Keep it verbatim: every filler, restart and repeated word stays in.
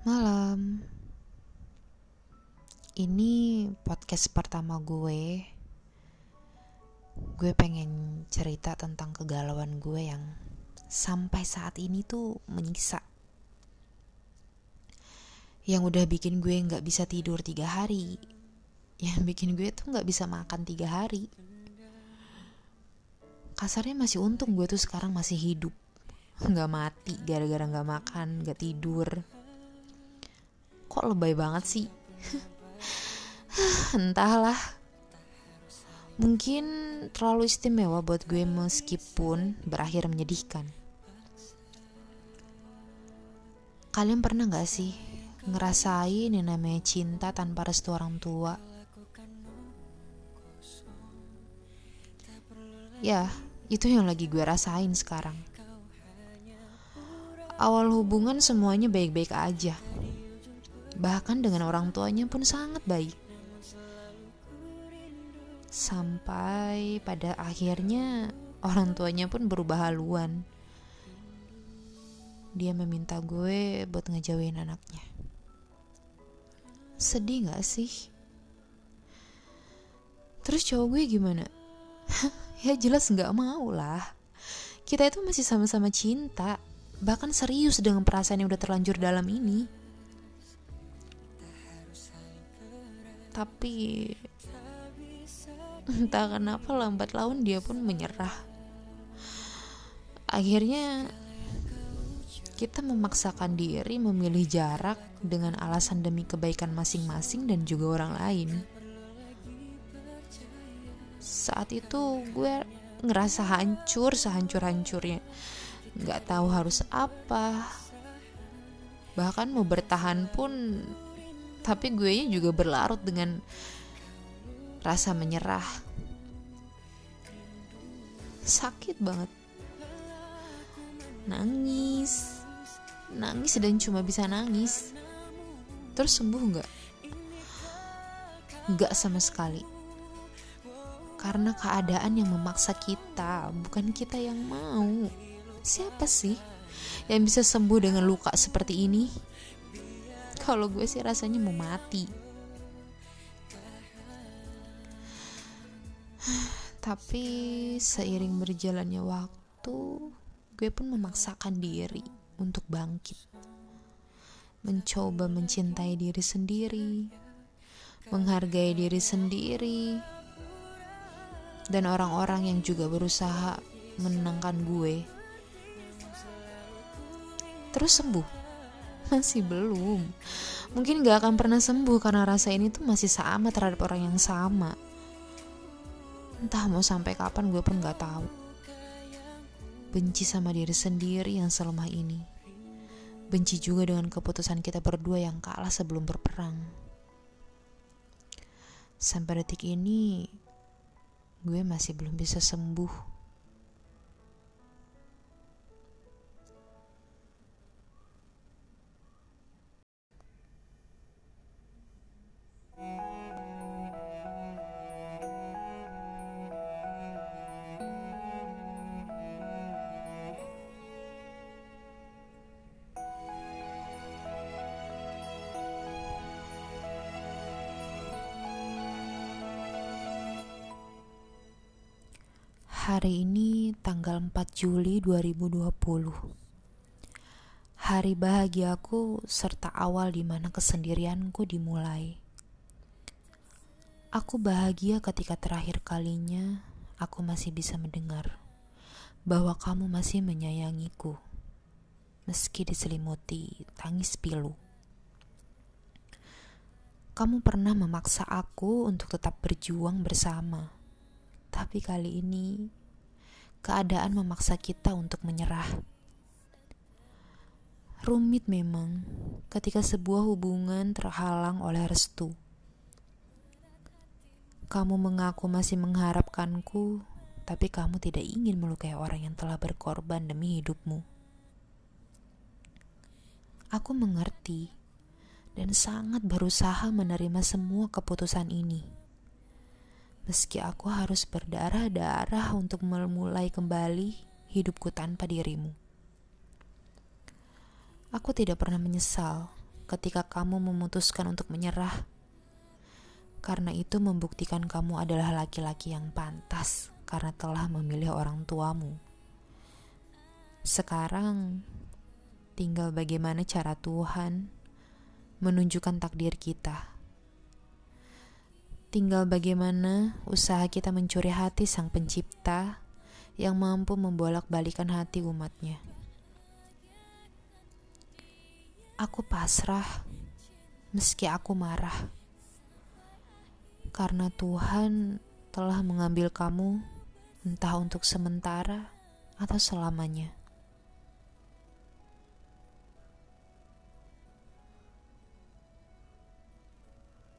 Malam. Ini podcast pertama gue. Gue pengen cerita tentang kegalauan gue yang sampai saat ini tuh menyiksa. Yang udah bikin gue gak bisa tidur tiga hari. Yang bikin gue tuh gak bisa makan tiga hari. Kasarnya masih untung gue tuh sekarang masih hidup, gak mati gara-gara gak makan, gak tidur. Kok lebay banget sih? Entahlah. Mungkin terlalu istimewa buat gue meskipun berakhir menyedihkan. Kalian pernah gak sih ngerasain yang namanya cinta tanpa restu orang tua? Ya, itu yang lagi gue rasain sekarang. Awal hubungan semuanya baik-baik aja. Bahkan dengan orang tuanya pun sangat baik. Sampai pada akhirnya orang tuanya pun berubah haluan. Dia meminta gue buat ngejauhin anaknya. Sedih gak sih? Terus cowok gue gimana? Ya jelas gak mau lah. Kita itu masih sama-sama cinta, bahkan serius dengan perasaan yang udah terlanjur dalam ini. Tapi entah kenapa lambat laun dia pun menyerah. Akhirnya kita memaksakan diri memilih jarak dengan alasan demi kebaikan masing-masing dan juga orang lain. Saat itu gue ngerasa hancur sehancur-hancurnya. Gak tahu harus apa. Bahkan mau bertahan pun, tapi gue juga berlarut dengan rasa menyerah. Sakit banget. Nangis. Nangis dan cuma bisa nangis. Terus sembuh gak? Gak sama sekali. Karena keadaan yang memaksa kita, bukan kita yang mau. Siapa sih yang bisa sembuh dengan luka seperti ini? Kalau gue sih rasanya mau mati. Tapi seiring berjalannya waktu, gue pun memaksakan diri untuk bangkit. Mencoba mencintai diri sendiri, menghargai diri sendiri, dan orang-orang yang juga berusaha menenangkan gue. Terus sembuh? Masih belum. Mungkin gak akan pernah sembuh karena rasa ini tuh masih sama terhadap orang yang sama. Entah mau sampai kapan gue pun gak tahu. Benci sama diri sendiri yang selemah ini. Benci juga dengan keputusan kita berdua yang kalah sebelum berperang. Sampai detik ini gue masih belum bisa sembuh. Hari ini tanggal empat Juli dua ribu dua puluh. Hari bahagiaku serta awal di mana kesendirianku dimulai. Aku bahagia ketika terakhir kalinya aku masih bisa mendengar bahwa kamu masih menyayangiku, meski diselimuti tangis pilu. Kamu pernah memaksa aku untuk tetap berjuang bersama. Tapi kali ini, keadaan memaksa kita untuk menyerah. Rumit memang ketika sebuah hubungan terhalang oleh restu. Kamu mengaku masih mengharapkanku, tapi kamu tidak ingin melukai orang yang telah berkorban demi hidupmu. Aku mengerti dan sangat berusaha menerima semua keputusan ini. Meski aku harus berdarah-darah untuk memulai kembali hidupku tanpa dirimu. Aku tidak pernah menyesal ketika kamu memutuskan untuk menyerah. Karena itu membuktikan kamu adalah laki-laki yang pantas karena telah memilih orang tuamu. Sekarang tinggal bagaimana cara Tuhan menunjukkan takdir kita. Tinggal bagaimana usaha kita mencuri hati Sang Pencipta yang mampu membolak-balikan hati umatnya. Aku pasrah meski aku marah. Karena Tuhan telah mengambil kamu entah untuk sementara atau selamanya.